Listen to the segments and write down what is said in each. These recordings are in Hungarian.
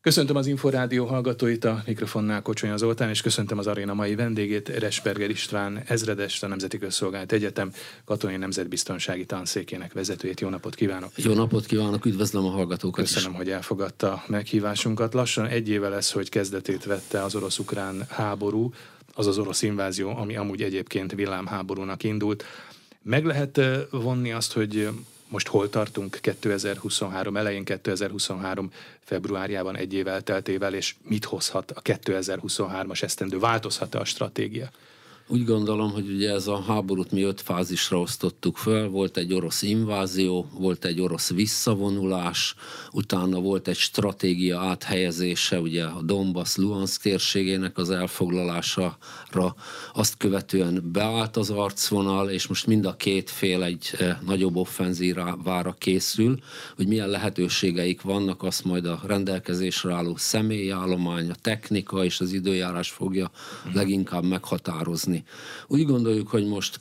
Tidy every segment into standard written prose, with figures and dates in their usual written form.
Köszöntöm az Inforádió hallgatóit, a mikrofonnál Kocsonya Zoltán, és köszöntöm az aréna mai vendégét, Resperger István ezredest, a Nemzeti Közszolgált Egyetem Katonai Nemzetbiztonsági Tanszékének vezetőjét. Jó napot kívánok! Jó napot kívánok, üdvözlöm a hallgatókat. Köszönöm, hogy elfogadta meghívásunkat. Lassan egy éve lesz, hogy kezdetét vette az orosz-ukrán háború, az az orosz invázió, ami amúgy egyébként villámháborúnak indult. Meg lehet vonni azt, hogy most hol tartunk 2023 elején, 2023 februárjában, egy év elteltével, és mit hozhat a 2023-as esztendő? Változhat-e a stratégia? Úgy gondolom, hogy ugye ez a háborút mi 5 fázisra osztottuk föl. Volt egy orosz invázió, volt egy orosz visszavonulás, utána volt egy stratégia áthelyezése, ugye a Donbass, Luhanszk térségének az elfoglalására, azt követően beállt az arcvonal, és most mind a két fél egy nagyobb offenzívára készül, hogy milyen lehetőségeik vannak, azt majd a rendelkezésre álló személyállomány, a technika és az időjárás fogja leginkább meghatározni. Úgy gondoljuk, hogy most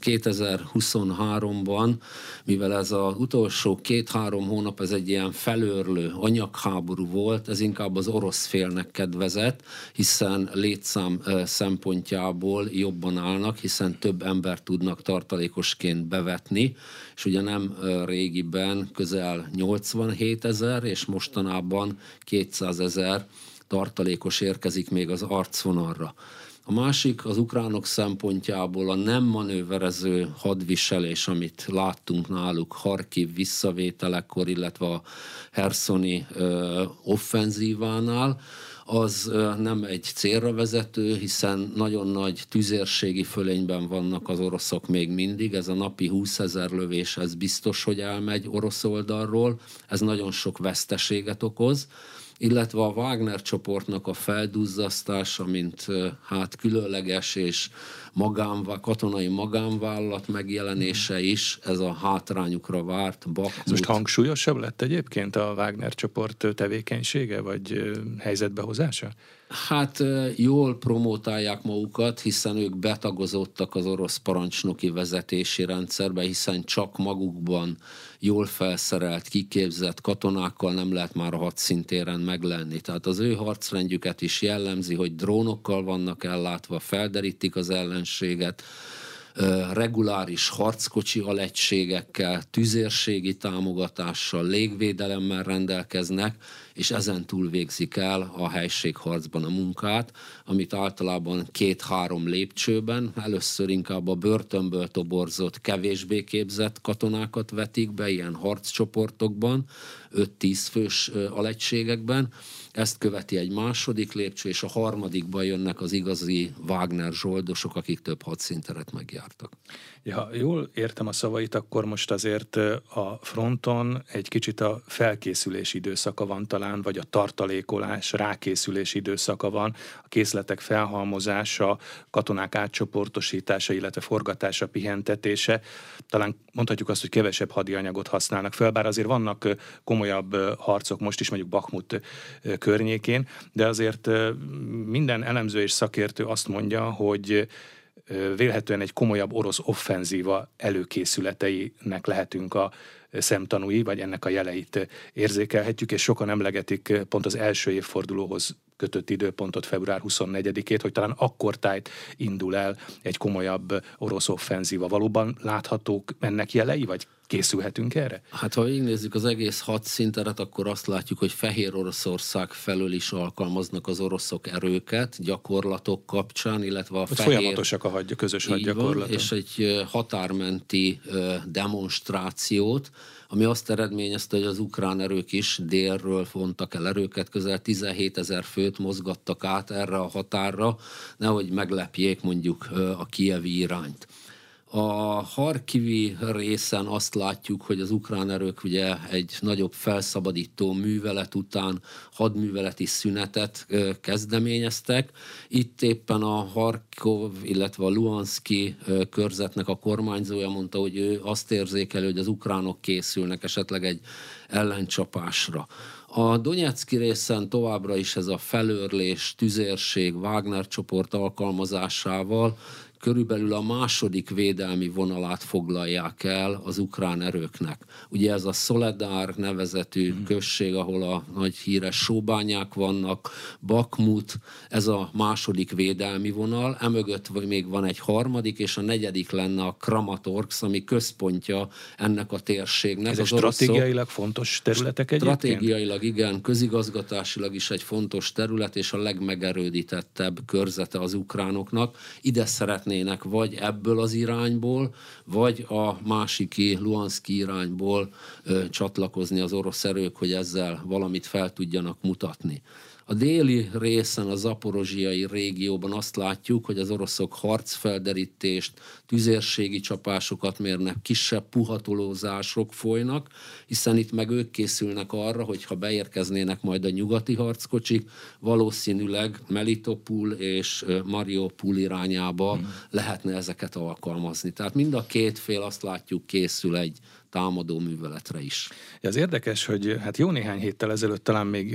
2023-ban, mivel ez az utolsó 2-3 hónap, ez egy ilyen felőrlő anyagháború volt, ez inkább az orosz félnek kedvezett, hiszen létszám szempontjából jobban állnak, hiszen több embert tudnak tartalékosként bevetni, és ugye nem régiben közel 87 000, és mostanában 200 000 tartalékos érkezik még az arcvonalra. A másik az ukránok szempontjából a nem manőverező hadviselés, amit láttunk náluk Harkiv visszavételekor, illetve a herszoni offenzívánál, az nem egy célra vezető, hiszen nagyon nagy tüzérségi fölényben vannak az oroszok még mindig. Ez a napi 20 000 lövés, ez biztos, hogy elmegy orosz oldalról. Ez nagyon sok veszteséget okoz, illetve a Wagner csoportnak a felduzzasztása, mint hát különleges és katonai magánvállalat megjelenése is, ez a hátrányukra várt. Ez most hangsúlyosabb lett egyébként a Wagner csoport tevékenysége, vagy helyzetbehozása? Hát jól promotálják magukat, hiszen ők betagozottak az orosz parancsnoki vezetési rendszerbe, hiszen csak magukban jól felszerelt, kiképzett katonákkal nem lehet már a hadszintéren meglenni. Tehát az ő harcrendjüket is jellemzi, hogy drónokkal vannak ellátva, felderítik az ellenséget, reguláris harckocsi alegységekkel, tüzérségi támogatással, légvédelemmel rendelkeznek, és ezen túl végzik el a helységharcban a munkát, amit általában 2-3 lépcsőben, először inkább a börtönből toborzott, kevésbé képzett katonákat vetik be, ilyen harccsoportokban, 5-10 fős alegységekben. Ezt követi egy második lépcső, és a harmadikban jönnek az igazi Wagner zsoldosok, akik több hadszínteret megjártak. Ja, jól értem a szavait, akkor most azért a fronton egy kicsit a felkészülés időszaka van talán, vagy a tartalékolás, rákészülés időszaka van, a készletek felhalmozása, katonák átcsoportosítása, illetve forgatása, pihentetése. Talán mondhatjuk azt, hogy kevesebb hadianyagot használnak fel, bár azért vannak komolyabb harcok most is, mondjuk Bakhmut környékén, de azért minden elemző és szakértő azt mondja, hogy vélhetően egy komolyabb orosz offenzíva előkészületeinek lehetünk a szemtanúi, vagy ennek a jeleit érzékelhetjük, és sokan emlegetik pont az első évfordulóhoz kötött időpontot, február 24-ét, hogy talán akkortájt indul el egy komolyabb orosz offenzíva. Valóban láthatók ennek jelei, vagy készülhetünk erre? Hát ha végignézzük az egész hadszínteret, akkor azt látjuk, hogy Fehér Oroszország felől is alkalmaznak az oroszok erőket gyakorlatok kapcsán, illetve a folyamatosak a közös hadgyakorlatok. És egy határmenti demonstrációt, ami azt eredményezte, hogy az ukrán erők is délről vontak el erőket, közel 17 000 főt mozgattak át erre a határra, nehogy meglepjék mondjuk a kijevi irányt. A harkivi részen azt látjuk, hogy az ukrán erők ugye egy nagyobb felszabadító művelet után hadműveleti szünetet kezdeményeztek. Itt éppen a Harkov, illetve a Luhanszki körzetnek a kormányzója mondta, hogy ő azt érzékeli, hogy az ukránok készülnek esetleg egy ellencsapásra. A Donetszki részen továbbra is ez a felőrlés, tüzérség, Wagner csoport alkalmazásával körülbelül a második védelmi vonalát foglalják el az ukrán erőknek. Ugye ez a Szoledár nevezetű község, ahol a nagy híres sóbányák vannak, Bakmut, ez a második védelmi vonal, emögött még van egy harmadik, és a negyedik lenne a Kramatorsk, ami központja ennek a térségnek. Ez stratégiailag fontos területek egyébként? Stratégiailag igen, közigazgatásilag is egy fontos terület, és a legmegerődítettebb körzete az ukránoknak. Ide szeretnének vagy ebből az irányból, vagy a másiki Luhanszki irányból csatlakozni az orosz erők, hogy ezzel valamit fel tudjanak mutatni. A déli részen, a zaporozsiai régióban azt látjuk, hogy az oroszok harcfelderítést, tüzérségi csapásokat mérnek, kisebb puhatolózások folynak, hiszen itt meg ők készülnek arra, hogy ha beérkeznének majd a nyugati harckocsik, valószínűleg Melitopol és Mariupol irányába lehetne ezeket alkalmazni. Tehát mind a két fél, azt látjuk, készül egy támadó műveletre is. Az érdekes, hogy hát jó néhány héttel ezelőtt, talán még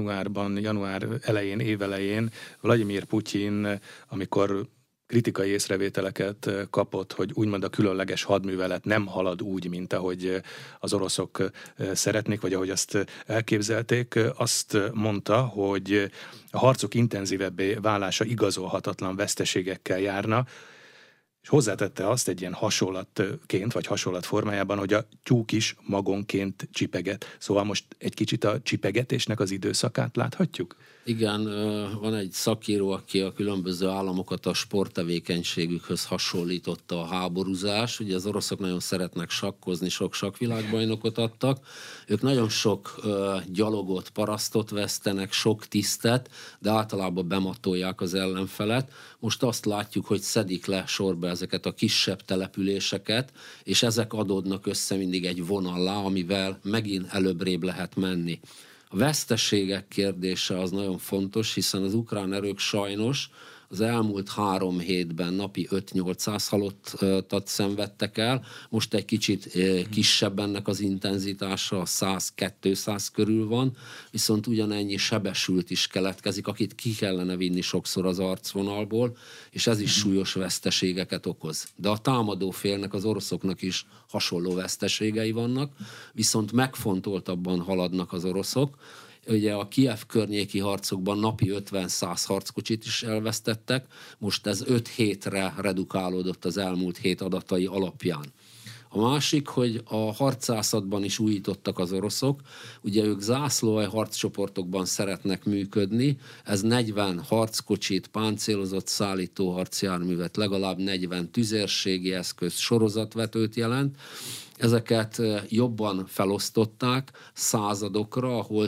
január elején, évelején Vladimir Putyin, amikor kritikai észrevételeket kapott, hogy úgymond a különleges hadművelet nem halad úgy, mint ahogy az oroszok szeretnék, vagy ahogy azt elképzelték, azt mondta, hogy a harcok intenzívebbé válása igazolhatatlan veszteségekkel járna, és hozzátette azt egy ilyen hasonlatként, vagy hasonlat formájában, hogy a tyúk is magonként csipeget. Szóval most egy kicsit a csipegetésnek az időszakát láthatjuk? Igen, van egy szakíró, aki a különböző államokat a sporttevékenységükhöz hasonlította a háborúzás. Ugye az oroszok nagyon szeretnek sakkozni, sok sakkvilágbajnokot adtak. Ők nagyon sok gyalogot, parasztot vesztenek, sok tisztet, de általában bematolják az ellenfelet. Most azt látjuk, hogy szedik le sorba ezeket a kisebb településeket, és ezek adódnak össze mindig egy vonallá, amivel megint előbbrébb lehet menni. A veszteségek kérdése az nagyon fontos, hiszen az ukrán erők sajnos az elmúlt 3 hétben napi 5-800 halottat szenvedtek el, most egy kicsit kisebb ennek az intenzitása, 100-200 körül van, viszont ugyanennyi sebesült is keletkezik, akit ki kellene vinni sokszor az arcvonalból, és ez is súlyos veszteségeket okoz. De a támadó félnek, az oroszoknak is hasonló veszteségei vannak, viszont megfontoltabban haladnak az oroszok. Ugye a Kijev környéki harcokban napi 50-100 harckocsit is elvesztettek, most ez 5 hétre redukálódott az elmúlt 7 adatai alapján. A másik, hogy a harcászatban is újítottak az oroszok, ugye ők zászlóalj harccsoportokban szeretnek működni, ez 40 harckocsit, páncélozott szállító harcjárművet, legalább 40 tüzérségi eszközt, sorozatvetőt jelent. Ezeket jobban felosztották századokra, ahol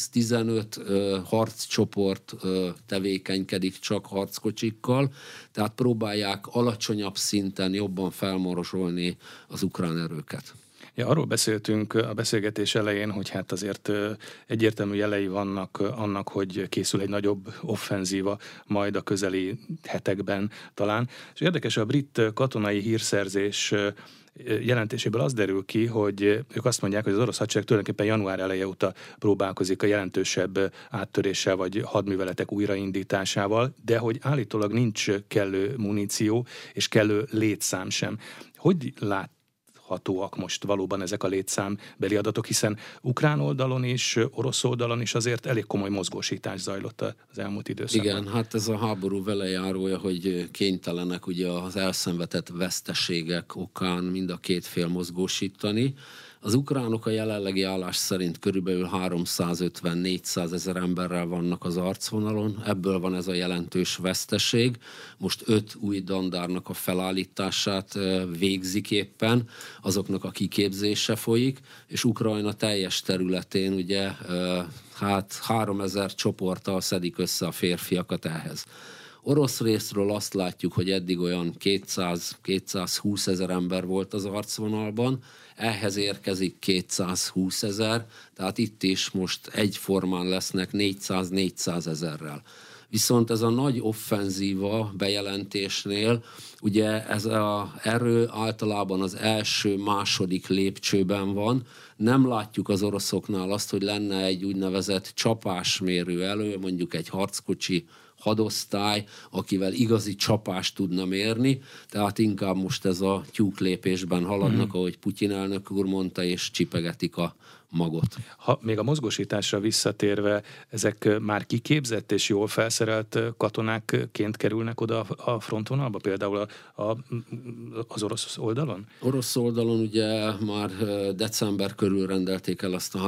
10-15 harccsoport tevékenykedik csak harckocsikkal, tehát próbálják alacsonyabb szinten jobban felmorosolni az ukrán erőket. Ja, arról beszéltünk a beszélgetés elején, hogy hát azért egyértelmű jelei vannak annak, hogy készül egy nagyobb offenzíva majd a közeli hetekben talán. És érdekes, a brit katonai hírszerzés jelentéséből az derül ki, hogy ők azt mondják, hogy az orosz hadsereg tulajdonképpen január eleje óta próbálkozik a jelentősebb áttöréssel vagy hadműveletek újraindításával, de hogy állítólag nincs kellő muníció és kellő létszám sem. Hogy láthatóak most valóban ezek a létszámbeli adatok, hiszen ukrán oldalon is, orosz oldalon is azért elég komoly mozgósítás zajlott az elmúlt időszakban. Igen, hát ez a háború velejárója, hogy kénytelenek ugye az elszenvedett veszteségek okán mind a két fél mozgósítani. Az ukránok a jelenlegi állás szerint körülbelül 350-400 ezer emberrel vannak az arcvonalon, ebből van ez a jelentős veszteség. Most 5 új dandárnak a felállítását végzik éppen, azoknak a kiképzése folyik, és Ukrajna teljes területén ugye 3000 csoporttal szedik össze a férfiakat ehhez. Orosz részről azt látjuk, hogy eddig olyan 200-220 ezer ember volt az arcvonalban, ehhez érkezik 220 ezer, tehát itt is most egyformán lesznek 400-400 ezerrel. Viszont ez a nagy offenzíva bejelentésnél, ugye ez az erő általában az első-második lépcsőben van, Nem látjuk az oroszoknál azt, hogy lenne egy úgynevezett csapásmérő elő, mondjuk egy harckocsi hadosztály, akivel igazi csapást tudna mérni, tehát inkább most ez a tyúklépésben haladnak, ahogy Putyin elnök úr mondta, és csipegetik a magot. Ha még a mozgósításra visszatérve, ezek már kiképzett és jól felszerelt katonákként kerülnek oda a frontvonalba, például az orosz oldalon? Orosz oldalon ugye már december körül rendelték el azt a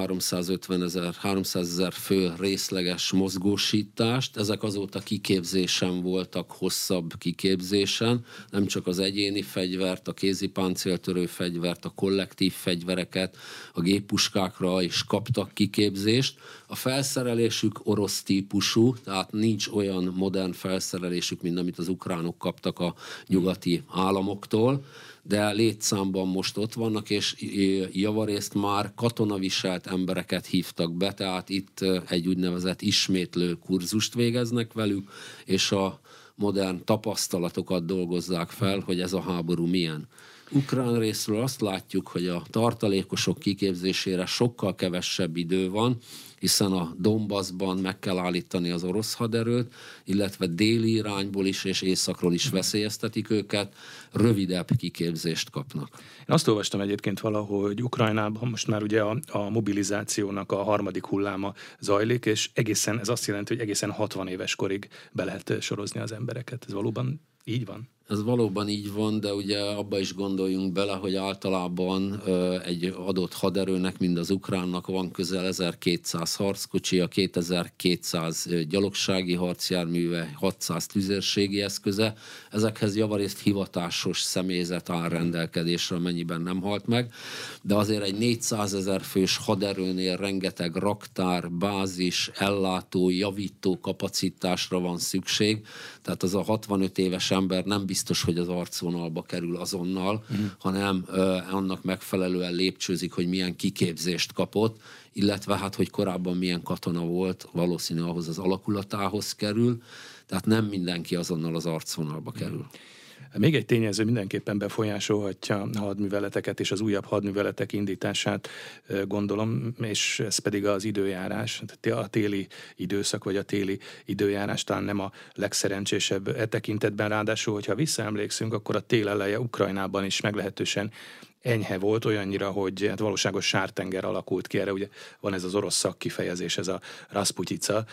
300 000 fő részleges mozgósítást. Ezek azóta kiképzésen voltak, hosszabb kiképzésen, nem csak az egyéni fegyvert, a kézi páncéltörő fegyvert, a kollektív fegyvereket, a géppuskákra is kaptak kiképzést. A felszerelésük orosz típusú, tehát nincs olyan modern felszerelésük, mint amit az ukránok kaptak a nyugati államoktól, de létszámban most ott vannak, és javarészt már katonaviselt embereket hívtak be, tehát itt egy úgynevezett ismétlő kurzust végeznek velük, és a modern tapasztalatokat dolgozzák fel, hogy ez a háború milyen. Ukrán részről azt látjuk, hogy a tartalékosok kiképzésére sokkal kevesebb idő van, hiszen a Donbassban meg kell állítani az orosz haderőt, illetve déli irányból is és északról is veszélyeztetik őket, rövidebb kiképzést kapnak. Én azt olvastam egyébként valahogy Ukrajnában most már ugye a mobilizációnak a harmadik hulláma zajlik, és ez azt jelenti, hogy egészen 60 éves korig be lehet sorozni az embereket. Ez valóban így van? Ez valóban így van, de ugye abba is gondoljunk bele, hogy általában egy adott haderőnek, mind az ukránnak van közel 1200 harckocsi, a 2200 gyalogsági harcjárműve, 600 tüzérségi eszköze. Ezekhez javarészt hivatásos személyzet áll rendelkezésre, amennyiben nem halt meg, de azért egy 400 000 fős haderőnél rengeteg raktár, bázis, ellátó, javító kapacitásra van szükség, tehát az a 65 éves ember nem biztos, hogy az arcvonalba kerül azonnal, hanem annak megfelelően lépcsőzik, hogy milyen kiképzést kapott, illetve hát, hogy korábban milyen katona volt, valószínű ahhoz az alakulatához kerül, tehát nem mindenki azonnal az arcvonalba kerül. Még egy tényező mindenképpen befolyásolhatja a hadműveleteket és az újabb hadműveletek indítását, gondolom, és ez pedig az időjárás. A téli időszak vagy a téli időjárás talán nem a legszerencsésebb e tekintetben, ráadásul, hogyha visszaemlékszünk, akkor a tél eleje Ukrajnában is meglehetősen enyhe volt, olyannyira, hogy hát valóságos sártenger alakult ki, erre ugye van ez az orosz szakkifejezés, ez a Rasputyica,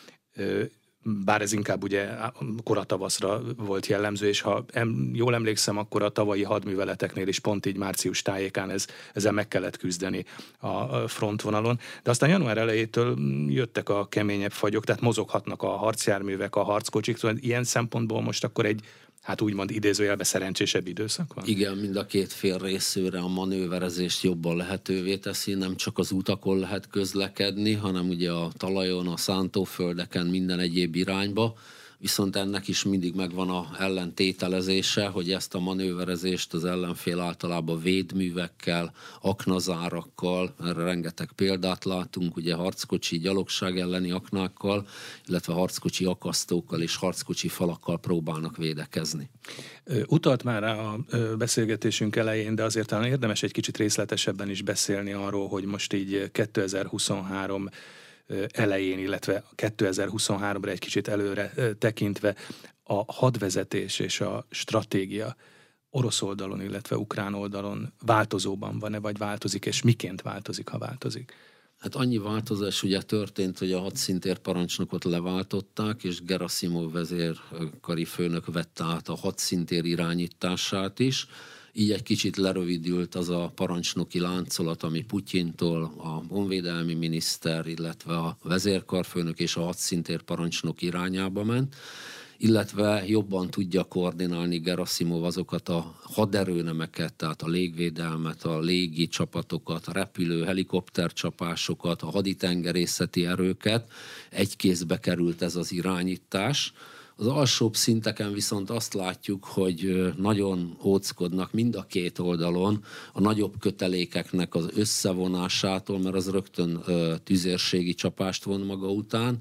bár ez inkább ugye koratavaszra volt jellemző, és ha jól emlékszem, akkor a tavalyi hadműveleteknél is pont így március tájékán ezzel meg kellett küzdeni a frontvonalon. De aztán január elejétől jöttek a keményebb fagyok, tehát mozoghatnak a harcjárművek, a harckocsik, szóval ilyen szempontból most akkor egy úgymond idézőjelben szerencsésebb időszak van? Igen, mind a két fél részére a manőverezést jobban lehetővé teszi, nem csak az utakon lehet közlekedni, hanem ugye a talajon, a szántóföldeken, minden egyéb irányba. Viszont ennek is mindig megvan a ellentételezése, hogy ezt a manőverezést az ellenfél általában védművekkel, aknazárakkal, erre rengeteg példát látunk, ugye harckocsi gyalogság elleni aknákkal, illetve harckocsi akasztókkal és harckocsi falakkal próbálnak védekezni. Utalt már a beszélgetésünk elején, de azért talán érdemes egy kicsit részletesebben is beszélni arról, hogy most így 2023 elején, illetve 2023-ra egy kicsit előre tekintve a hadvezetés és a stratégia orosz oldalon, illetve ukrán oldalon változóban van-e, vagy változik, és miként változik, ha változik? Hát annyi változás ugye történt, hogy a hadszintérparancsnokot leváltották, és Gerasimov vezérkari főnök vette át a hadszintér irányítását is. Így egy kicsit lerövidült az a parancsnoki láncolat, ami Putyintól a honvédelmi miniszter, illetve a vezérkarfőnök és a hadszintérparancsnok irányába ment, illetve jobban tudja koordinálni Gerasimov azokat a haderőnemeket, tehát a légvédelmet, a légi csapatokat, a repülő, helikoptercsapásokat, a haditengerészeti erőket. Egy kézbe került ez az irányítás. Az alsóbb szinteken viszont azt látjuk, hogy nagyon óckodnak mind a két oldalon a nagyobb kötelékeknek az összevonásától, mert az rögtön tüzérségi csapást von maga után.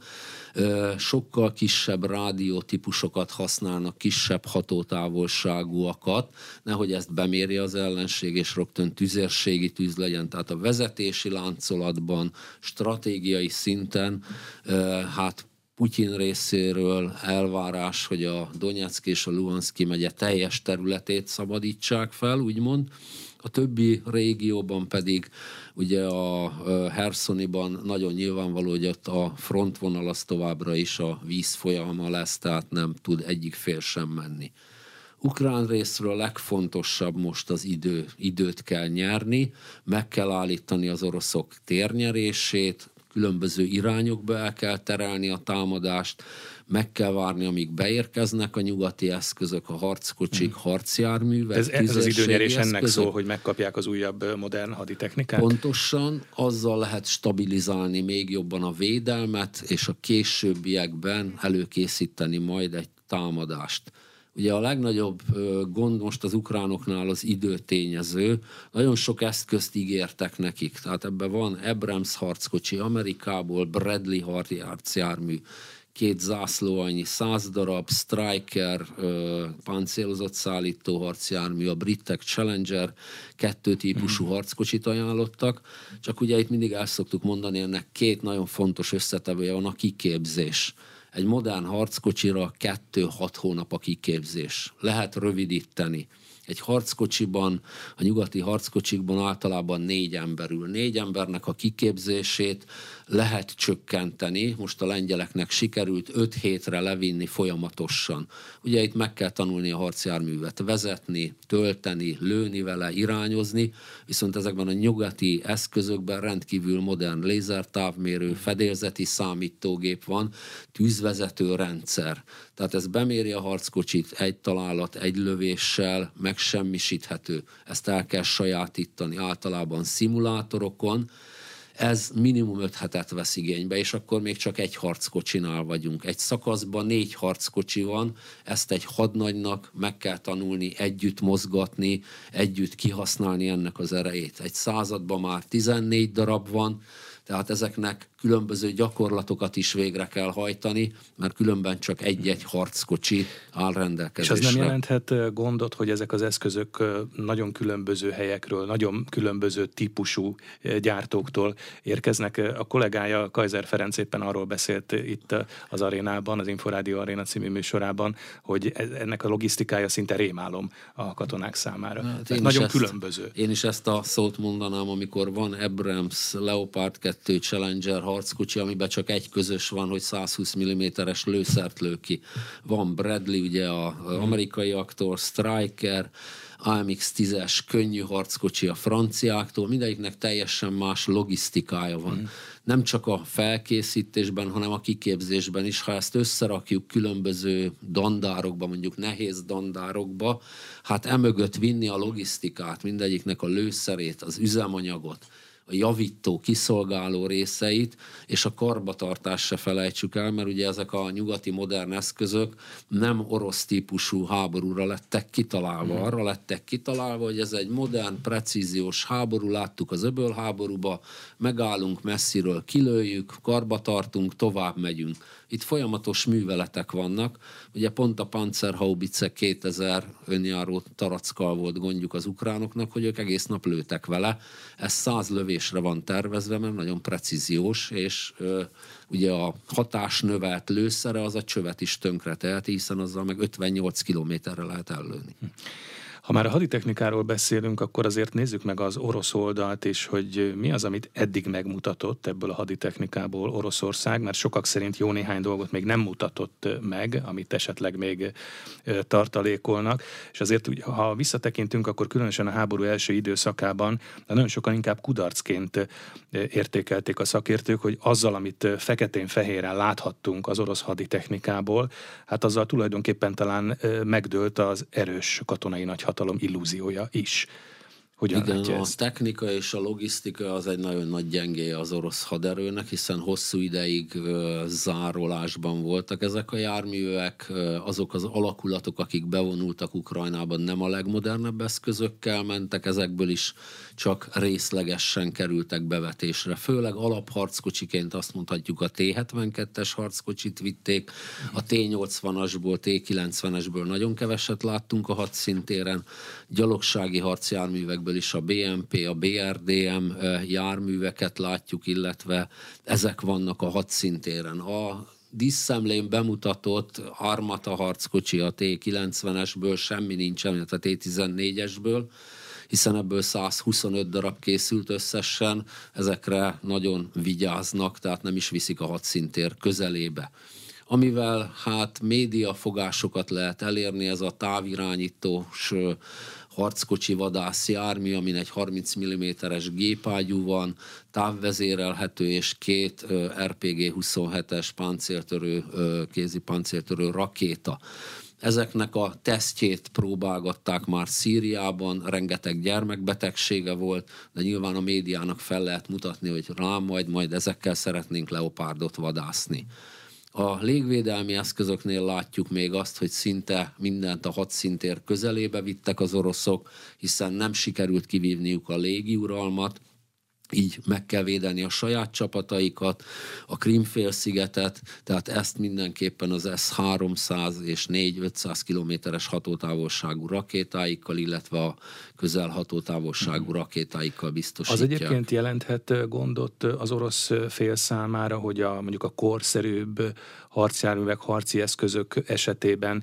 Sokkal kisebb rádiótípusokat használnak, kisebb hatótávolságúakat, nehogy ezt bemérje az ellenség, és rögtön tüzérségi tűz legyen. Tehát a vezetési láncolatban, stratégiai szinten, hát Putyin részéről elvárás, hogy a Donyeck és a Luhanszki megye teljes területét szabadítsák fel, úgymond. A többi régióban pedig ugye a Hersoniban nagyon nyilvánvaló, hogy ott a frontvonal az továbbra is a vízfolyama lesz, tehát nem tud egyik fél sem menni. Ukrán részről a legfontosabb most az időt kell nyerni, meg kell állítani az oroszok térnyerését, különböző irányokba el kell terelni a támadást, meg kell várni, amíg beérkeznek a nyugati eszközök, a harckocsik, harcjárművek, ez az időnyerés ennek szól, hogy megkapják az újabb modern haditechnikát? Pontosan, azzal lehet stabilizálni még jobban a védelmet, és a későbbiekben előkészíteni majd egy támadást. Ugye a legnagyobb gond most az ukránoknál az időtényező. Nagyon sok eszközt ígértek nekik. Tehát ebben van Abrams harckocsi Amerikából, Bradley harcjármű, 2 zászlóannyi, 100 darab, Striker, páncélozott szállító harcjármű, a britek Challenger 2 típusú harckocsit ajánlottak. Csak ugye itt mindig el szoktuk mondani, ennek 2 nagyon fontos összetevője van, a kiképzés. Egy modern harckocsira 2-6 hónap a kiképzés. Lehet rövidíteni. Egy harckocsiban, a nyugati harckocsikban általában 4 ember ül. 4 embernek a kiképzését lehet csökkenteni. Most a lengyeleknek sikerült 5 hétre levinni folyamatosan. Ugye itt meg kell tanulni a harcjárművet vezetni, tölteni, lőni vele, irányozni, viszont ezekben a nyugati eszközökben rendkívül modern lézertávmérő, fedélzeti számítógép van, tűzvezető rendszer. Tehát ez beméri a harckocsit egy találat, egy lövéssel, megsemmisíthető. Ezt el kell sajátítani általában szimulátorokon. Ez minimum 5 hetet vesz igénybe, és akkor még csak egy harckocsinál vagyunk. Egy szakaszban 4 harckocsi van, ezt egy hadnagynak meg kell tanulni, együtt mozgatni, együtt kihasználni ennek az erejét. Egy században már 14 darab van, tehát ezeknek különböző gyakorlatokat is végre kell hajtani, mert különben csak egy-egy harckocsi áll rendelkezésre. És az nem jelenthet gondot, hogy ezek az eszközök nagyon különböző helyekről, nagyon különböző típusú gyártóktól érkeznek? A kollégája, Kaiser Ferenc éppen arról beszélt itt az arénában, az Inforádió Aréna című műsorában, hogy ennek a logisztikája szinte rémálom a katonák számára. Hát nagyon különböző. Én is ezt a szót mondanám, amikor van Abrams, Leopard 2, Challenger harckocsi, amiben csak egy közös van, hogy 120 mm-es lőszert lő ki. Van Bradley, ugye az amerikai aktor, Striker, AMX-10-es könnyű harckocsi a franciáktól, mindegyiknek teljesen más logisztikája van. Nem csak a felkészítésben, hanem a kiképzésben is. Ha ezt összerakjuk különböző dandárokba, mondjuk nehéz dandárokba, hát emögött vinni a logisztikát, mindegyiknek a lőszerét, az üzemanyagot, a javító, kiszolgáló részeit, és a karbantartást se felejtsük el, mert ugye ezek a nyugati modern eszközök nem orosz típusú háborúra lettek kitalálva. Arra lettek kitalálva, hogy ez egy modern, precíziós háború, láttuk az öbölháborúba, megállunk messziről, kilőjük, karbantartunk, tovább megyünk. Itt folyamatos műveletek vannak. Ugye pont a Panzerhaubitze 2000 önjáró tarackal volt gondjuk az ukránoknak, hogy ők egész nap lőtek vele. Ez 100 lövésre van tervezve, mert nagyon precíziós, és ugye a hatásnövelt lőszere az a csövet is tönkreteheti, hiszen azzal meg 58 kilométerre lehet ellőni. Ha már a haditechnikáról beszélünk, akkor azért nézzük meg az orosz oldalt is, hogy mi az, amit eddig megmutatott ebből a haditechnikából Oroszország, mert sokak szerint jó néhány dolgot még nem mutatott meg, amit esetleg még tartalékolnak. És azért, ha visszatekintünk, akkor különösen a háború első időszakában nagyon sokan inkább kudarcként értékelték a szakértők, hogy azzal, amit feketén-fehéren láthattunk az orosz haditechnikából, hát azzal tulajdonképpen talán megdőlt az erős katonai nagyhatalom illúziója is. Hogyan igen, látja a ezt? technika és a logisztika az egy nagyon nagy gyengéje az orosz haderőnek, hiszen hosszú ideig zárolásban voltak ezek a járművek, azok az alakulatok, akik bevonultak Ukrajnában, nem a legmodernebb eszközökkel mentek, ezekből is csak részlegesen kerültek bevetésre. Főleg alapharckocsiként azt mondhatjuk, a T-72-es harckocsit vitték, a T-80-asból, T-90-esből nagyon keveset láttunk a hadszintéren, gyalogsági harcjárművekből is a BMP, a BRDM járműveket látjuk, illetve ezek vannak a hadszintéren. A díszszemlén bemutatott Armata harckocsi a T-90-esből semmi nincsen, a T-14-esből, hiszen ebből 125 darab készült összesen, ezekre nagyon vigyáznak, tehát nem is viszik a hadszintér közelébe. Amivel hát médiafogásokat lehet elérni, ez a távirányítós harckocsi vadász jármű, amin egy 30 mm-es gépágyú van, távvezérelhető és 2 RPG-27-es páncéltörő, kézi páncéltörő rakéta. Ezeknek a tesztjét próbálgatták már Szíriában, rengeteg gyermekbetegsége volt, de nyilván a médiának fel lehet mutatni, hogy majd ezekkel szeretnénk Leopardot vadászni. A légvédelmi eszközöknél látjuk még azt, hogy szinte mindent a hadszintér közelébe vittek az oroszok, hiszen nem sikerült kivívniuk a légiuralmat, így meg kell védeni a saját csapataikat, a Krím-félszigetet, tehát ezt mindenképpen az S-300 és 4-500 kilométeres hatótávolságú rakétáikkal, illetve a közel hatótávolságú rakétáikkal biztosítják. Az egyébként jelenthet gondot az orosz fél számára, hogy mondjuk a korszerűbb harcjárművek, harci eszközök esetében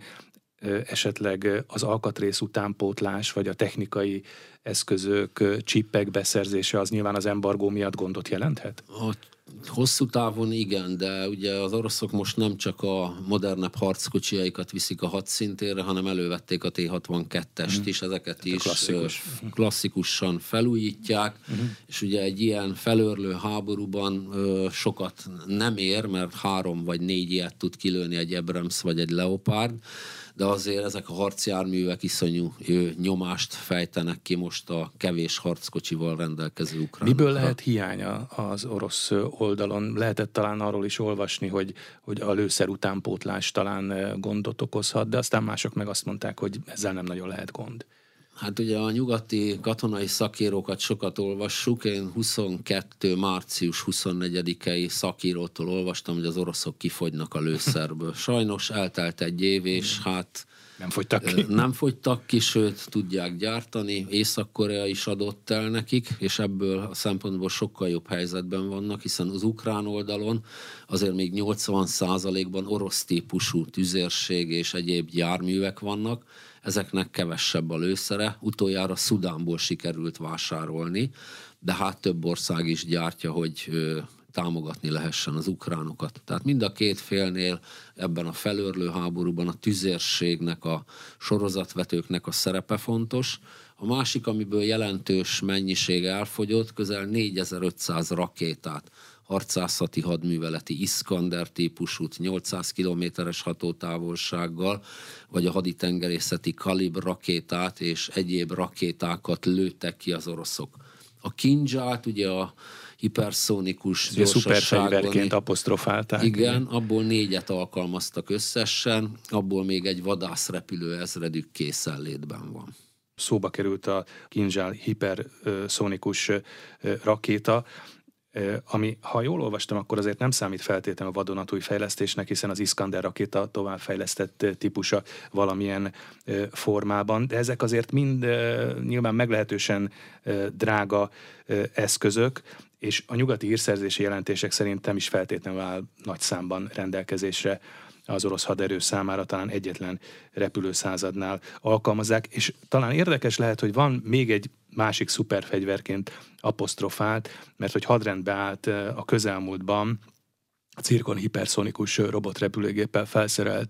esetleg az alkatrész utánpótlás, vagy a technikai eszközök, csippek beszerzése az nyilván az embargó miatt gondot jelenthet? Hosszú távon igen, de ugye az oroszok most nem csak a modernebb harckocsiaikat viszik a hadszintérre, hanem elővették a T-62-est is, ezeket is klasszikusan felújítják, és ugye egy ilyen felőrlő háborúban sokat nem ér, mert 3 vagy 4 ilyet tud kilőni egy Abrams vagy egy Leopard, de azért ezek a harcjárművek iszonyú nyomást fejtenek ki most a kevés harckocsival rendelkező ukránokra. Miből lehet hiánya az orosz oldalon? Lehetett talán arról is olvasni, hogy a lőszer utánpótlás talán gondot okozhat, de aztán mások meg azt mondták, hogy ezzel nem nagyon lehet gond. Hát ugye a nyugati katonai szakírókat sokat olvassuk. Én 22. március 24-i szakírótól olvastam, hogy az oroszok kifogynak a lőszerből. Sajnos eltelt egy év, és hát nem fogytak ki, sőt tudják gyártani. Észak-Korea is adott el nekik, és ebből a szempontból sokkal jobb helyzetben vannak, hiszen az ukrán oldalon azért még 80%-ban orosz típusú tüzérség és egyéb járművek vannak, ezeknek kevesebb a lőszere, utoljára Szudánból sikerült vásárolni, de hát több ország is gyártja, hogy támogatni lehessen az ukránokat. Tehát mind a két félnél ebben a felőrlő háborúban a tüzérségnek, a sorozatvetőknek a szerepe fontos. A másik, amiből jelentős mennyiség elfogyott, közel 4500 rakétát, harcászati hadműveleti Iskander típusút 800 kilométeres hatótávolsággal, vagy a haditengerészeti Kalibr rakétát és egyéb rakétákat lőttek ki az oroszok. A Kinzsát ugye a hiperszónikus gyorsasságban... Szuperfegyverként apostrofálták. Igen, abból 4-et alkalmaztak összesen, abból még egy vadászrepülő ezredük készenlétben van. Szóba került a Kinzsál hiperszónikus rakéta, ami, ha jól olvastam, akkor azért nem számít feltétlenül a vadonatúj fejlesztésnek, hiszen az Iskander rakéta továbbfejlesztett típusa valamilyen formában, de ezek azért mind nyilván meglehetősen drága eszközök, és a nyugati hírszerzési jelentések szerint nem is feltétlenül áll nagy számban rendelkezésre az orosz haderő számára, talán egyetlen repülőszázadnál alkalmazzák, és talán érdekes lehet, hogy van még egy másik szuperfegyverként apostrofált, mert hogy hadrendbe állt a közelmúltban a Cirkon hiperszonikus robotrepülőgéppel felszerelt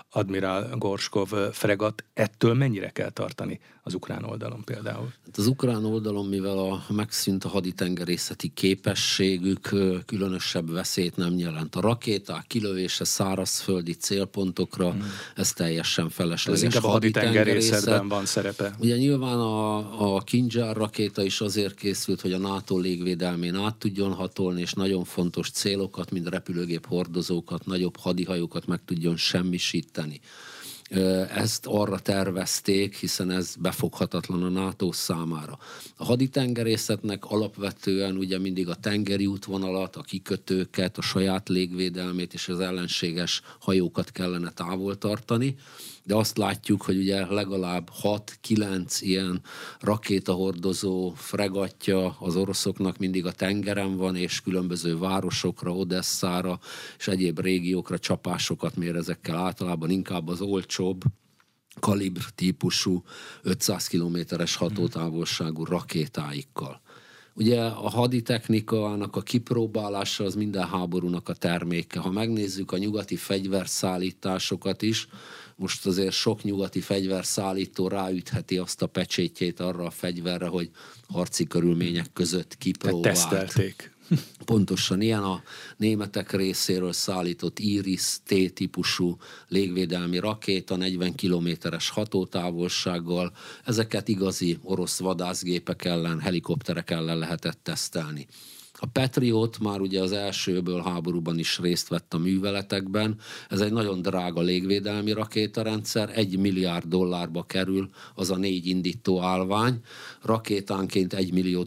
Admiral Gorshkov fregatt. Ettől mennyire kell tartani az ukrán oldalon például? Az ukrán oldalon, mivel megszűnt a haditengerészeti képességük, különösebb veszélyt nem jelent. A rakéták kilövése szárazföldi célpontokra, ez teljesen felesleges. Ez inkább a haditengerészetben van szerepe. Ugye nyilván a Kindzsár rakéta is azért készült, hogy a NATO légvédelmén át tudjon hatolni, és nagyon fontos célokat, mint repülőgép hordozókat, nagyobb hadihajókat meg tudjon semmisíteni. Ezt arra tervezték, hiszen ez befoghatatlan a NATO számára. A haditengerészetnek alapvetően ugye mindig a tengeri útvonalat, a kikötőket, a saját légvédelmét és az ellenséges hajókat kellene távol tartani, de azt látjuk, hogy ugye legalább 6-9 ilyen rakétahordozó fregattja az oroszoknak mindig a tengeren van, és különböző városokra, Odesszára és egyéb régiókra csapásokat mér ezekkel, általában inkább az olcsóbb kalibr típusú 500 kilométeres hatótávolságú rakétáikkal. Ugye a haditechnikának a kipróbálása az minden háborúnak a terméke. Ha megnézzük a nyugati fegyverszállításokat is, most azért sok nyugati fegyverszállító ráütheti azt a pecsétjét arra a fegyverre, hogy harci körülmények között kipróbált. Tesztelték. Pontosan ilyen a németek részéről szállított Iris T-típusú légvédelmi rakéta 40 kilométeres hatótávolsággal. Ezeket igazi orosz vadászgépek ellen, helikopterek ellen lehetett tesztelni. A Patriot már ugye az első öböl háborúban is részt vett a műveletekben. Ez egy nagyon drága légvédelmi rakétarendszer, $1 milliárd kerül az a 4 indító állvány, rakétánként $1 millió.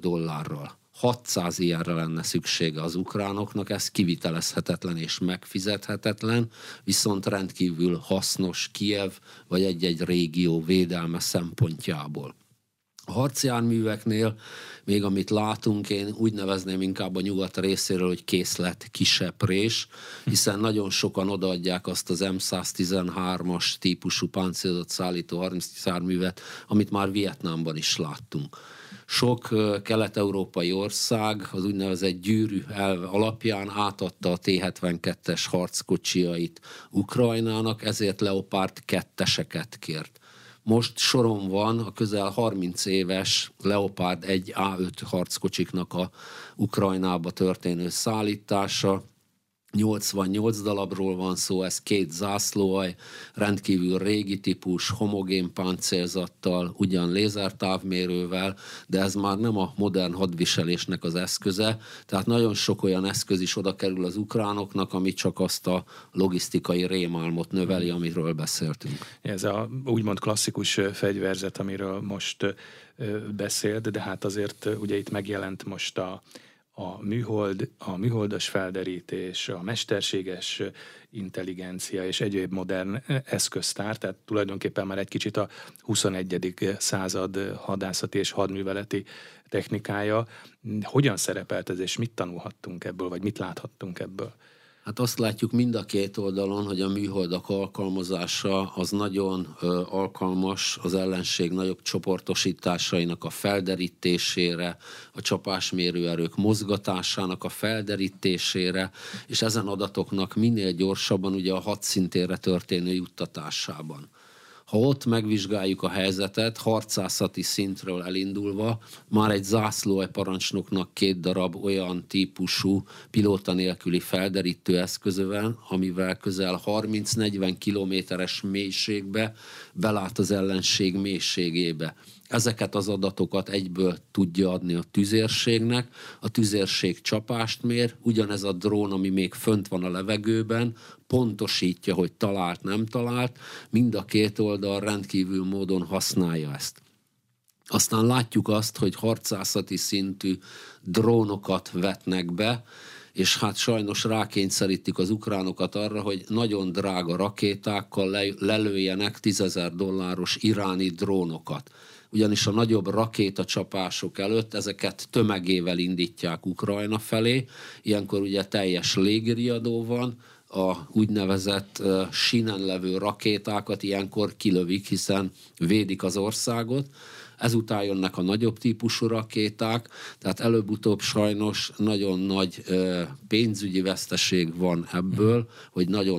600 ilyenre lenne szüksége az ukránoknak, ez kivitelezhetetlen és megfizethetetlen, viszont rendkívül hasznos Kijev vagy egy-egy régió védelme szempontjából. A harcjárműveknél még amit látunk, én úgy nevezném inkább a nyugat részéről, hogy készlet kiseprés, hiszen nagyon sokan odaadják azt az M113-as típusú páncélozott szállító 30 járművet, amit már Vietnámban is láttunk. Sok kelet-európai ország az úgynevezett gyűrű elve alapján átadta a T-72-es harckocsiait Ukrajnának, ezért Leopard 2-eseket kért. Most soron van a közel 30 éves Leopard 1A5 harckocsiknak a Ukrajnába történő szállítása. 88 darabról van szó, ez 2 zászlóalj, rendkívül régi típus, homogén páncélzattal, ugyan lézertávmérővel, de ez már nem a modern hadviselésnek az eszköze, tehát nagyon sok olyan eszköz is oda kerül az ukránoknak, ami csak azt a logisztikai rémálmot növeli, amiről beszéltünk. Ez a úgymond klasszikus fegyverzet, amiről most beszélt, de hát azért ugye itt megjelent most a műholdas felderítés, a mesterséges intelligencia és egyéb modern eszköztár, tehát tulajdonképpen már egy kicsit a 21. század hadászati és hadműveleti technikája. Hogyan szerepelt ez, és mit tanulhattunk ebből, vagy mit láthattunk ebből? Hát azt látjuk mind a két oldalon, hogy a műholdak alkalmazása az nagyon alkalmas az ellenség nagyobb csoportosításainak a felderítésére, a csapásmérőerők mozgatásának a felderítésére, és ezen adatoknak minél gyorsabban ugye a hadszintérre történő juttatásában. Ha ott megvizsgáljuk a helyzetet, harcászati szintről elindulva, már egy zászlóaljparancsnoknak 2 darab olyan típusú pilóta nélküli felderítő eszköze van, amivel közel 30-40 kilométeres mélységbe belát az ellenség mélységébe. Ezeket az adatokat egyből tudja adni a tüzérségnek, a tüzérség csapást mér, ugyanez a drón, ami még fönt van a levegőben, pontosítja, hogy talált, nem talált, mind a két oldal rendkívül módon használja ezt. Aztán látjuk azt, hogy harcászati szintű drónokat vetnek be, és hát sajnos rákényszerítik az ukránokat arra, hogy nagyon drága rakétákkal lelőjenek $10,000 iráni drónokat. Ugyanis a nagyobb rakétacsapások előtt ezeket tömegével indítják Ukrajna felé, ilyenkor ugye teljes légiriadó van, a úgynevezett sínen levő rakétákat ilyenkor kilövik, hiszen védik az országot. Ezután jönnek a nagyobb típusú rakéták, tehát előbb-utóbb sajnos nagyon nagy pénzügyi veszteség van ebből, hogy nagyon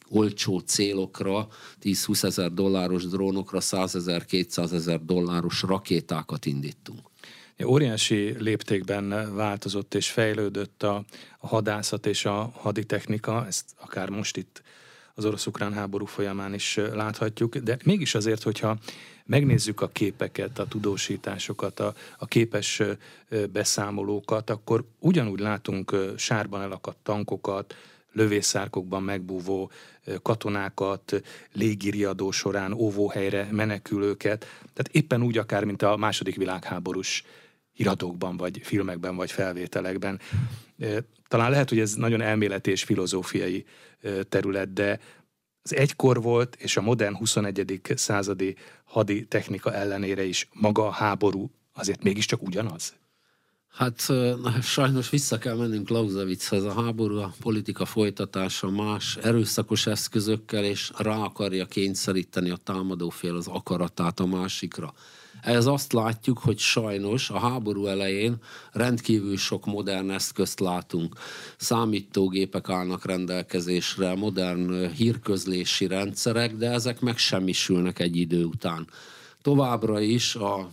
olcsó célokra, 10-20 ezer dolláros drónokra 100 000, 200 000 dolláros rakétákat indítunk. Óriási léptékben változott és fejlődött a hadászat és a haditechnika, ezt akár most itt az orosz-ukrán háború folyamán is láthatjuk, de mégis azért, hogyha megnézzük a képeket, a tudósításokat, a képes beszámolókat, akkor ugyanúgy látunk sárban elakadt tankokat, lövészárkokban megbúvó katonákat, légiriadó során óvóhelyre menekülőket, tehát éppen úgy akár, mint a második világháborús iratokban, vagy filmekben, vagy felvételekben. Talán lehet, hogy ez nagyon elméleti és filozófiai terület, de az egykor volt, és a modern 21. századi hadi technika ellenére is maga a háború azért mégiscsak ugyanaz? Hát sajnos vissza kell mennünk Clausewitzhez. A háború, a politika folytatása más erőszakos eszközökkel, és rá akarja kényszeríteni a támadófél az akaratát a másikra. Ehhez azt látjuk, hogy sajnos a háború elején rendkívül sok modern eszközt látunk. Számítógépek állnak rendelkezésre, modern hírközlési rendszerek, de ezek megsemmisülnek egy idő után. Továbbra is a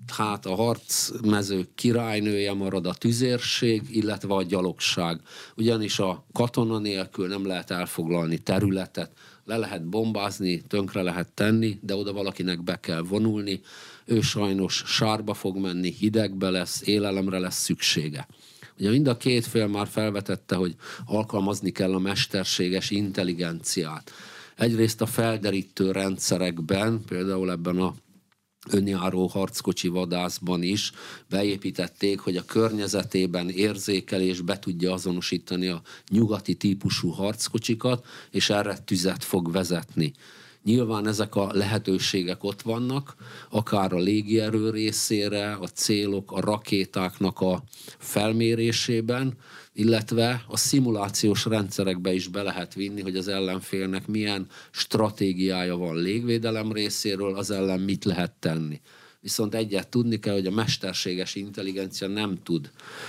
harcmezők királynője marad a tüzérség, illetve a gyalogság. Ugyanis a katona nélkül nem lehet elfoglalni területet, le lehet bombázni, tönkre lehet tenni, de oda valakinek be kell vonulni. Ő sajnos sárba fog menni, hidegbe lesz, élelemre lesz szüksége. Ugye mind a két fél már felvetette, hogy alkalmazni kell a mesterséges intelligenciát. Egyrészt a felderítő rendszerekben, például ebben a önjáró harckocsi vadászban is beépítették, hogy a környezetében érzékel és be tudja azonosítani a nyugati típusú harckocsikat, és erre tüzet fog vezetni. Nyilván ezek a lehetőségek ott vannak, akár a légierő részére, a célok, a rakétáknak a felmérésében, illetve a szimulációs rendszerekbe is be lehet vinni, hogy az ellenfélnek milyen stratégiája van légvédelem részéről, az ellen mit lehet tenni. Viszont egyet tudni kell, hogy a mesterséges intelligencia nem tud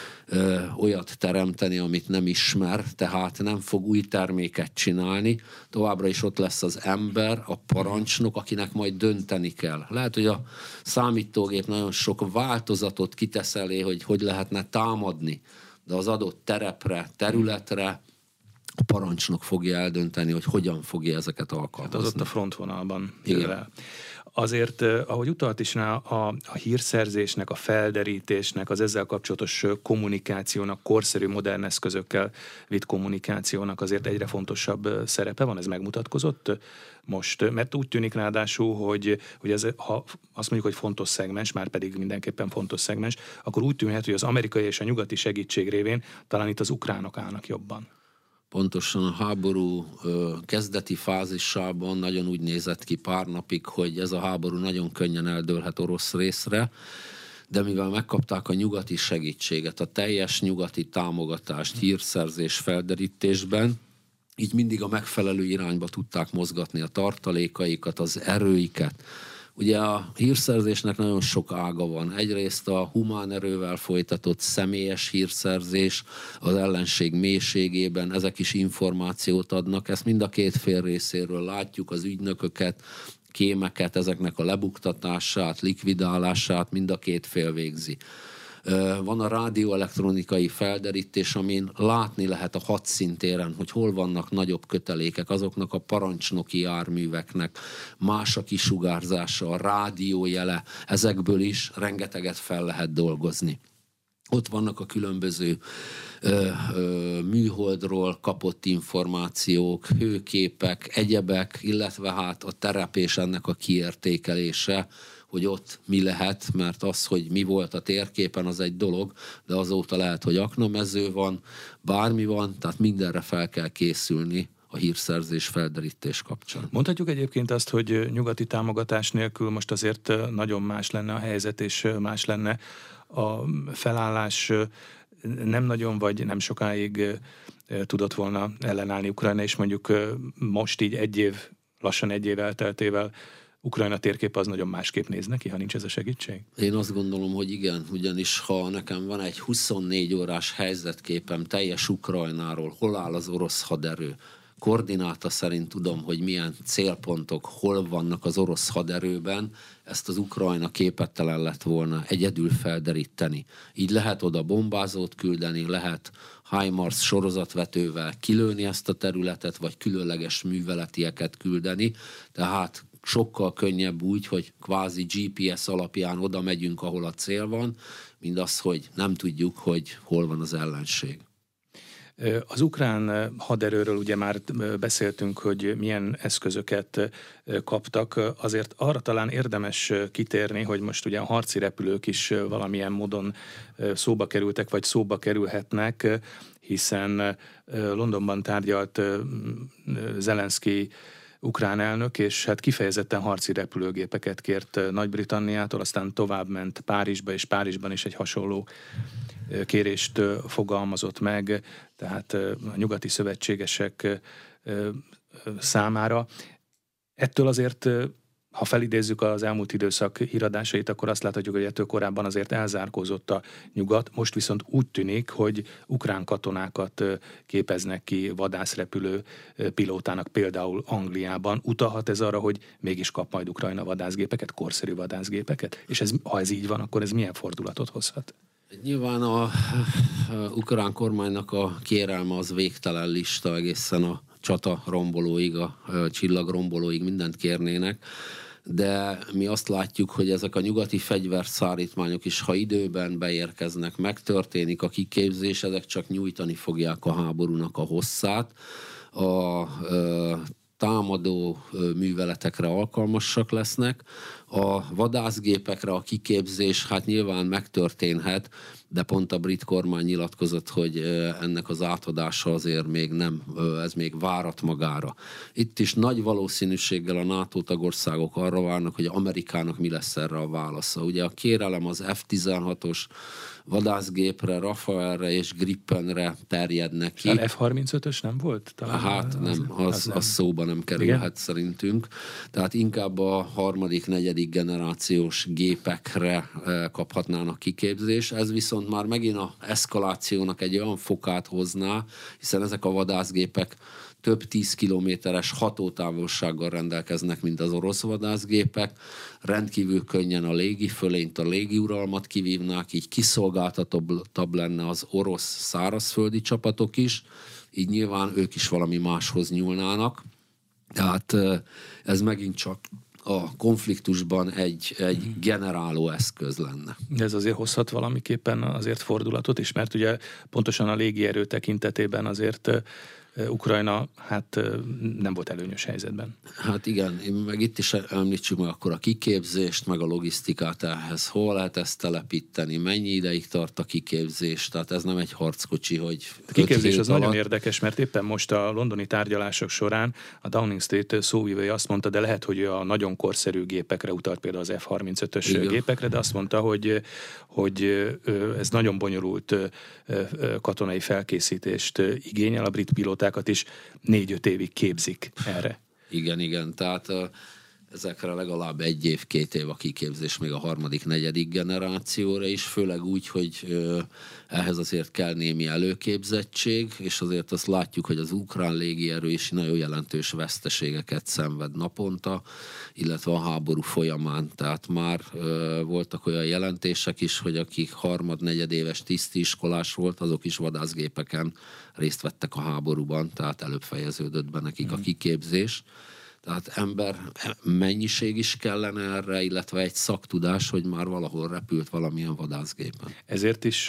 olyat teremteni, amit nem ismer, tehát nem fog új terméket csinálni. Továbbra is ott lesz az ember, a parancsnok, akinek majd dönteni kell. Lehet, hogy a számítógép nagyon sok változatot kitesz elé, hogy lehetne támadni, de az adott terepre, területre a parancsnok fogja eldönteni, hogy hogyan fogja ezeket alkalmazni. Hát az ott a frontvonalban él el. Azért, ahogy utalt is rá, a hírszerzésnek, a felderítésnek, az ezzel kapcsolatos kommunikációnak, korszerű modern eszközökkel vitt kommunikációnak azért egyre fontosabb szerepe van, ez megmutatkozott most? Mert úgy tűnik ráadásul, hogy ez, ha azt mondjuk, hogy fontos szegmens, már pedig mindenképpen fontos szegmens, akkor úgy tűnhet, hogy az amerikai és a nyugati segítség révén talán itt az ukránok állnak jobban. Pontosan a háború kezdeti fázisában nagyon úgy nézett ki pár napig, hogy ez a háború nagyon könnyen eldőlhet orosz részre, de mivel megkapták a nyugati segítséget, a teljes nyugati támogatást hírszerzés felderítésben, így mindig a megfelelő irányba tudták mozgatni a tartalékaikat, az erőiket. Ugye a hírszerzésnek nagyon sok ága van. Egyrészt a humán erővel folytatott személyes hírszerzés az ellenség mélységében, ezek is információt adnak. Ezt mind a két fél részéről látjuk, az ügynököket, kémeket, ezeknek a lebuktatását, likvidálását mind a két fél végzi. Van a rádióelektronikai felderítés, amin látni lehet a hadszintéren, hogy hol vannak nagyobb kötelékek, azoknak a parancsnoki járműveknek, más a kisugárzása, a rádiójele, ezekből is rengeteget fel lehet dolgozni. Ott vannak a különböző műholdról kapott információk, hőképek, egyebek, illetve hát a terep és ennek a kiértékelése, hogy ott mi lehet, mert az, hogy mi volt a térképen, az egy dolog, de azóta lehet, hogy aknamező van, bármi van, tehát mindenre fel kell készülni a hírszerzés felderítés kapcsán. Mondhatjuk egyébként azt, hogy nyugati támogatás nélkül most azért nagyon más lenne a helyzet, és más lenne a felállás, nem nagyon vagy nem sokáig tudott volna ellenállni Ukrajna, és mondjuk most így lassan egy év elteltével Ukrajna térkép az nagyon másképp néz neki, ha nincs ez a segítség? Én azt gondolom, hogy igen, ugyanis ha nekem van egy 24 órás helyzetképem teljes Ukrajnáról, hol áll az orosz haderő, koordináta szerint tudom, hogy milyen célpontok, hol vannak az orosz haderőben, ezt az Ukrajna képtelen lett volna egyedül felderíteni. Így lehet oda bombázót küldeni, lehet HIMARS sorozatvetővel kilőni ezt a területet, vagy különleges műveletieket küldeni, tehát sokkal könnyebb úgy, hogy kvázi GPS alapján oda megyünk, ahol a cél van, mint az, hogy nem tudjuk, hogy hol van az ellenség. Az ukrán haderőről ugye már beszéltünk, hogy milyen eszközöket kaptak. Azért arra talán érdemes kitérni, hogy most ugye a harci repülők is valamilyen módon szóba kerültek, vagy szóba kerülhetnek, hiszen Londonban tárgyalt Zelenszky ukrán elnök, és hát kifejezetten harci repülőgépeket kért Nagy-Britanniától, aztán továbbment Párizsba, és Párizsban is egy hasonló kérést fogalmazott meg, tehát a nyugati szövetségesek számára. Ettől azért, ha felidézzük az elmúlt időszak híradásait, akkor azt láthatjuk, hogy ettől korábban azért elzárkózott a nyugat, most viszont úgy tűnik, hogy ukrán katonákat képeznek ki vadászrepülő pilótának például Angliában. Utalhat ez arra, hogy mégis kap majd Ukrajna vadászgépeket, korszerű vadászgépeket? És ha ez így van, akkor ez milyen fordulatot hozhat? Nyilván a ukrán kormánynak a kérelme az végtelen lista, egészen a csata rombolóig, a csillag rombolóig mindent kérnének, de mi azt látjuk, hogy ezek a nyugati fegyverszállítmányok is, ha időben beérkeznek, megtörténik a kiképzés, ezek csak nyújtani fogják a háborúnak a hosszát. A támadó műveletekre alkalmasak lesznek. A vadászgépekre a kiképzés hát nyilván megtörténhet, de pont a brit kormány nyilatkozott, hogy ennek az átadása azért még nem, ez még várat magára. Itt is nagy valószínűséggel a NATO tagországok arra várnak, hogy Amerikának mi lesz erre a válasza. Ugye a kérelem az F-16-os vadászgépre, Rafaelre és Grippenre terjednek ki. A F-35-ös nem volt? Talán hát nem, az szóba nem kerülhet igen? Szerintünk. Tehát inkább a harmadik, negyedik generációs gépekre kaphatnának kiképzés. Ez viszont már megint az eszkalációnak egy olyan fokát hozná, hiszen ezek a vadászgépek több 10 kilométeres hatótávolsággal rendelkeznek, mint az orosz vadászgépek. Rendkívül könnyen a légifölényt, a légiuralmat kivívnák, így kiszolgáltatabb lenne az orosz szárazföldi csapatok is, így nyilván ők is valami máshoz nyúlnának. Tehát ez megint csak a konfliktusban egy generáló eszköz lenne. De ez azért hozhat valamiképpen azért fordulatot is, mert ugye pontosan a légierő tekintetében azért Ukrajna hát nem volt előnyös helyzetben. Hát igen, meg itt is említsük meg akkor a kiképzést, meg a logisztikát ehhez. Hol lehet ezt telepíteni, mennyi ideig tart a kiképzés, tehát ez nem egy harckocsi, hogy a kiképzés az nagyon érdekes, mert éppen most a londoni tárgyalások során a Downing Street szóvivője azt mondta, de lehet, hogy a nagyon korszerű gépekre utalt, például az F-35-ös igen. gépekre, de azt mondta, hogy ez nagyon bonyolult katonai felkészítést igényel, a brit pilótákat is 4-5 évig képzik erre. Igen, tehát ezekre legalább 1 év, 2 év a kiképzés még a harmadik, negyedik generációra is, főleg úgy, hogy ehhez azért kell némi előképzettség, és azért azt látjuk, hogy az ukrán légierő is nagyon jelentős veszteségeket szenved naponta, illetve a háború folyamán. Tehát már voltak olyan jelentések is, hogy akik harmad-negyedéves tisztiskolás volt, azok is vadászgépeken részt vettek a háborúban, tehát előbb fejeződött be nekik a kiképzés. Tehát ember mennyiség is kellene erre, illetve egy szaktudás, hogy már valahol repült valamilyen vadászgépen. Ezért is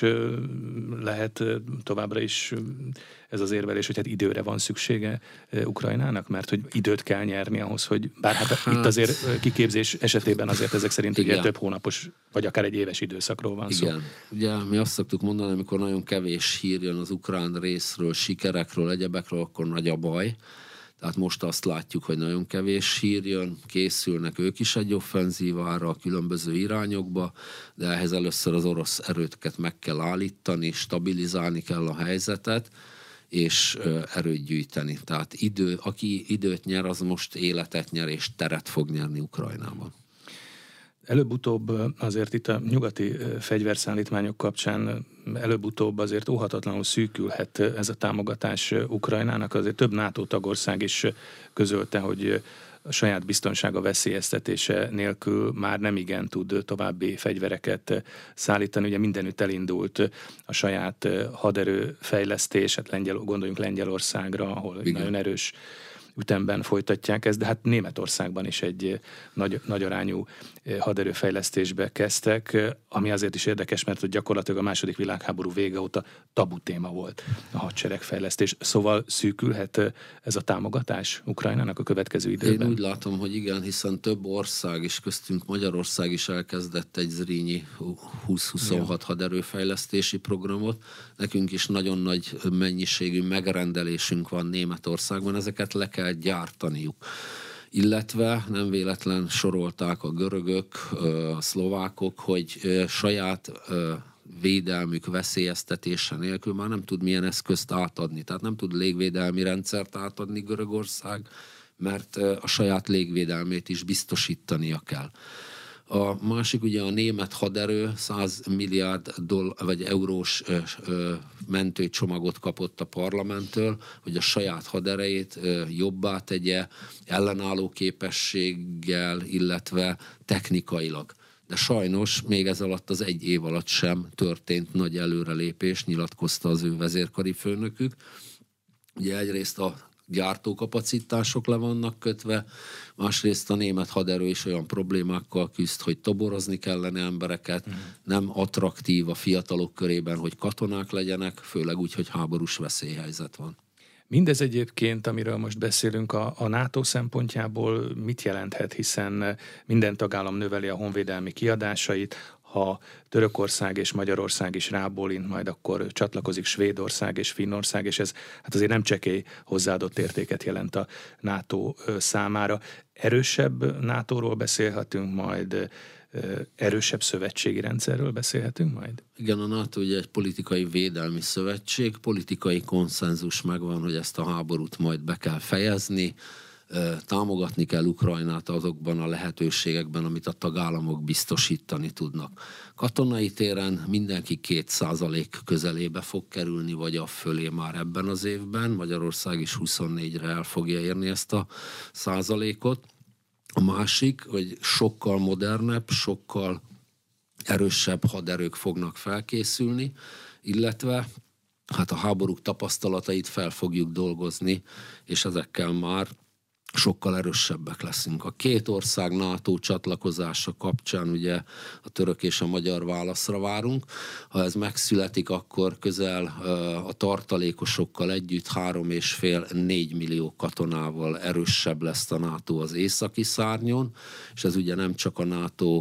lehet továbbra is ez az érvelés, hogy hát időre van szüksége Ukrajnának, mert hogy időt kell nyerni ahhoz, hogy bár hát itt azért kiképzés esetében azért ezek szerint ugye több hónapos, vagy akár egy éves időszakról van szó. Igen. Ugye mi azt szoktuk mondani, amikor nagyon kevés hír jön az ukrán részről, sikerekről, egyebekről, akkor nagy a baj. Tehát most azt látjuk, hogy nagyon kevés hír jön, készülnek ők is egy offenzívára a különböző irányokba, de ehhez először az orosz erőket meg kell állítani, stabilizálni kell a helyzetet, és erőt gyűjteni. Tehát aki időt nyer, az most életet nyer, és teret fog nyerni Ukrajnában. Előbb-utóbb azért itt a nyugati fegyverszállítmányok kapcsán előbb-utóbb azért óhatatlanul szűkülhet ez a támogatás Ukrajnának. Azért több NATO tagország is közölte, hogy a saját biztonsága veszélyeztetése nélkül már nem igen tud további fegyvereket szállítani. Ugye mindenütt elindult a saját haderőfejlesztés, hát gondoljunk Lengyelországra, ahol igen, nagyon erős ütemben folytatják ezt, de hát Németországban is egy nagy arányú haderőfejlesztésbe kezdtek, ami azért is érdekes, mert hogy gyakorlatilag a második világháború vége óta tabu téma volt a hadseregfejlesztés. Szóval szűkülhet ez a támogatás Ukrajnának a következő időben? Én úgy látom, hogy igen, hiszen több ország is, köztünk Magyarország is elkezdett egy Zrínyi 2026 haderőfejlesztési programot. Nekünk is nagyon nagy mennyiségű megrendelésünk van Németországban, ezeket le kell gyártaniuk. Illetve nem véletlen sorolták a görögök, a szlovákok, hogy saját védelmük veszélyeztetése nélkül már nem tud milyen eszközt átadni. Tehát nem tud légvédelmi rendszert átadni Görögország, mert a saját légvédelmét is biztosítania kell. A másik ugye a német haderő 100 milliárd vagy eurós mentőcsomagot kapott a parlamenttől, hogy a saját haderejét jobbá tegye, ellenálló képességgel, illetve technikailag. De sajnos még ez alatt az egy év alatt sem történt nagy előrelépés, nyilatkozta az ő vezérkari főnökük. Ugye egyrészt a gyártókapacitások le vannak kötve, másrészt a német haderő is olyan problémákkal küzd, hogy toborozni kellene embereket, nem attraktív a fiatalok körében, hogy katonák legyenek, főleg úgy, hogy háborús veszélyhelyzet van. Mindez egyébként, amiről most beszélünk, a NATO szempontjából mit jelenthet, hiszen minden tagállam növeli a honvédelmi kiadásait, ha Törökország és Magyarország is rábólint, majd akkor csatlakozik Svédország és Finnország, és ez hát azért nem csekély hozzáadott értéket jelent a NATO számára. Erősebb NATO-ról beszélhetünk majd, erősebb szövetségi rendszerről beszélhetünk majd? Igen, a NATO ugye egy politikai védelmi szövetség, politikai konszenzus megvan, hogy ezt a háborút majd be kell fejezni, támogatni kell Ukrajnát azokban a lehetőségekben, amit a tagállamok biztosítani tudnak. Katonai téren mindenki 2% közelébe fog kerülni, vagy a fölé már ebben az évben. Magyarország is 24-re el fogja érni ezt a százalékot. A másik, hogy sokkal modernebb, sokkal erősebb haderők fognak felkészülni, illetve hát a háborúk tapasztalatait fel fogjuk dolgozni, és ezekkel már sokkal erősebbek leszünk. A két ország NATO csatlakozása kapcsán ugye a török és a magyar válaszra várunk. Ha ez megszületik, akkor közel a tartalékosokkal együtt 3,5-4 millió katonával erősebb lesz a NATO az északi szárnyon, és ez ugye nem csak a NATO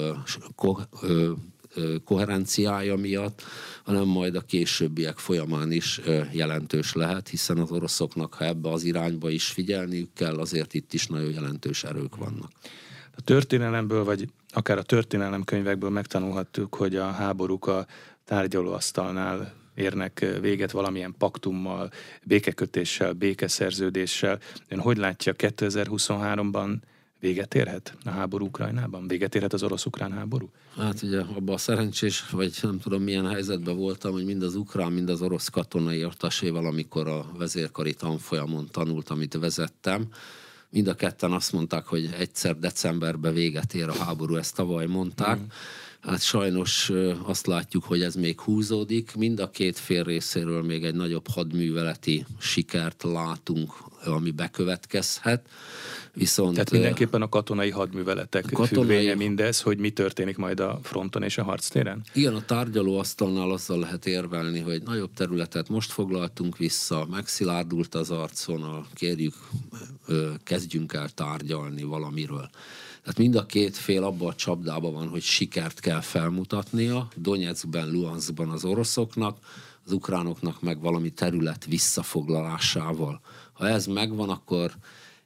koherenciája miatt, hanem majd a későbbiek folyamán is jelentős lehet, hiszen az oroszoknak, ha ebbe az irányba is figyelniük kell, azért itt is nagyon jelentős erők vannak. A történelemből, vagy akár a történelemkönyvekből megtanulhattuk, hogy a háborúk a tárgyalóasztalnál érnek véget valamilyen paktummal, békekötéssel, békeszerződéssel. Ön hogy látja, 2023-ban véget érhet a háború Ukrajnában? Véget érhet az orosz-ukrán háború? Hát ugye abban a szerencsés, vagy nem tudom milyen helyzetben voltam, hogy mind az ukrán, mind az orosz katonai értesével, amikor a vezérkari tanfolyamon tanult, amit vezettem, mind a ketten azt mondták, hogy egyszer decemberben véget ér a háború, ezt tavaly mondták. Hát sajnos azt látjuk, hogy ez még húzódik. Mind a két fél részéről még egy nagyobb hadműveleti sikert látunk, ami bekövetkezhet. Viszont, tehát mindenképpen a katonai hadműveletek függvénye mindez, hogy mi történik majd a fronton és a harctéren? Igen, a tárgyalóasztalnál azzal lehet érvelni, hogy nagyobb területet most foglaltunk vissza, megszilárdult az arcvonal, kérjük, kezdjünk el tárgyalni valamiről. Tehát mind a két fél abban a csapdában van, hogy sikert kell felmutatnia, Donetskben, Luhanskban az oroszoknak, az ukránoknak meg valami terület visszafoglalásával. Ha ez megvan, akkor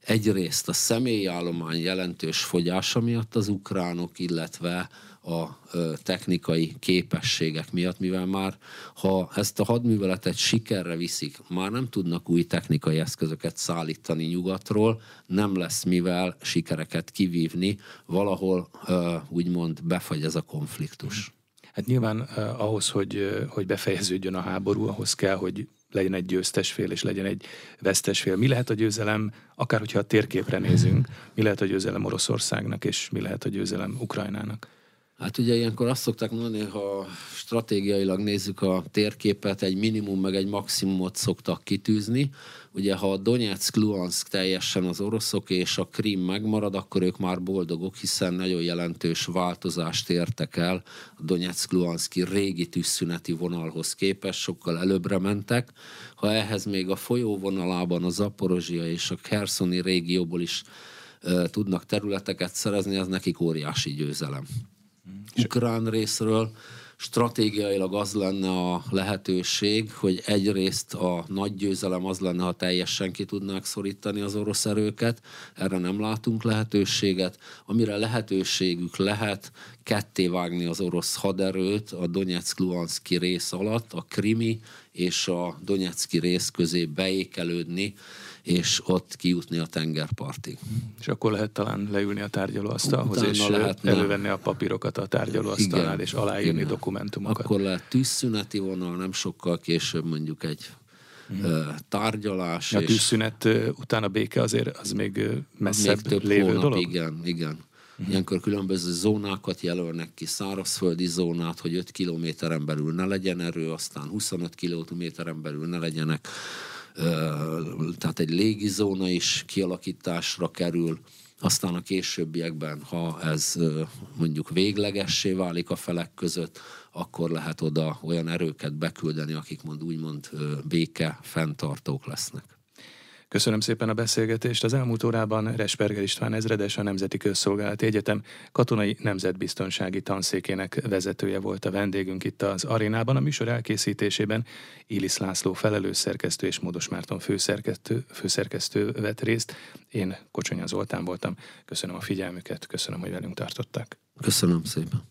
egyrészt a személyállomány jelentős fogyása miatt az ukránok, illetve a technikai képességek miatt, mivel már ha ezt a hadműveletet sikerre viszik, már nem tudnak új technikai eszközöket szállítani nyugatról, nem lesz mivel sikereket kivívni, valahol úgymond befagy ez a konfliktus. Hát nyilván ahhoz, hogy befejeződjön a háború, ahhoz kell, hogy legyen egy győztes fél, és legyen egy vesztes fél. Mi lehet a győzelem, akár hogyha a térképre nézünk, mi lehet a győzelem Oroszországnak, és mi lehet a győzelem Ukrajnának? Hát ugye ilyenkor azt szokták mondani, ha stratégiailag nézzük a térképet, egy minimum meg egy maximumot szoktak kitűzni. Ugye ha a Donetsk, Luhansk teljesen az oroszok és a Krím megmarad, akkor ők már boldogok, hiszen nagyon jelentős változást értek el a Donetsk-Luhanszki régi tűzszüneti vonalhoz képest, sokkal előbbre mentek. Ha ehhez még a folyóvonalában a Zaporozsia és a Kherszoni régióból is tudnak területeket szerezni, az nekik óriási győzelem. Ukrán részről stratégiailag az lenne a lehetőség, hogy egyrészt a nagy győzelem az lenne, ha teljesen ki tudnák szorítani az orosz erőket, erre nem látunk lehetőséget. Amire lehetőségük lehet, ketté vágni az orosz haderőt a Donetsk-Luhanszki rész alatt, a krimi és a donetszki rész közé beékelődni, és ott kijutni a tengerpartig. És akkor lehet talán leülni a tárgyalóasztalhoz, és elővenni a papírokat a tárgyalóasztalnál, és aláírni dokumentumokat. Akkor lehet tűzszüneti vonal, nem sokkal később mondjuk egy tárgyalás. A tűzszünet után a béke azért az még messzebb több lévő hónap, dolog? Igen. Ilyenkor különböző zónákat jelölnek ki, szárazföldi zónát, hogy 5 kilométeren belül ne legyen erő, aztán 25 kilométeren belül ne legyenek, tehát egy légizóna is kialakításra kerül, aztán a későbbiekben, ha ez mondjuk véglegessé válik a felek között, akkor lehet oda olyan erőket beküldeni, akik úgymond béke fenntartók lesznek. Köszönöm szépen a beszélgetést. Az elmúlt órában Resperger István ezredes, a Nemzeti Közszolgálati Egyetem katonai nemzetbiztonsági tanszékének vezetője volt a vendégünk itt az arénában. A műsor elkészítésében Illis László felelős szerkesztő és Módos Márton főszerkesztő vett részt. Én Kocsonya Zoltán voltam. Köszönöm a figyelmüket, köszönöm, hogy velünk tartottak. Köszönöm szépen.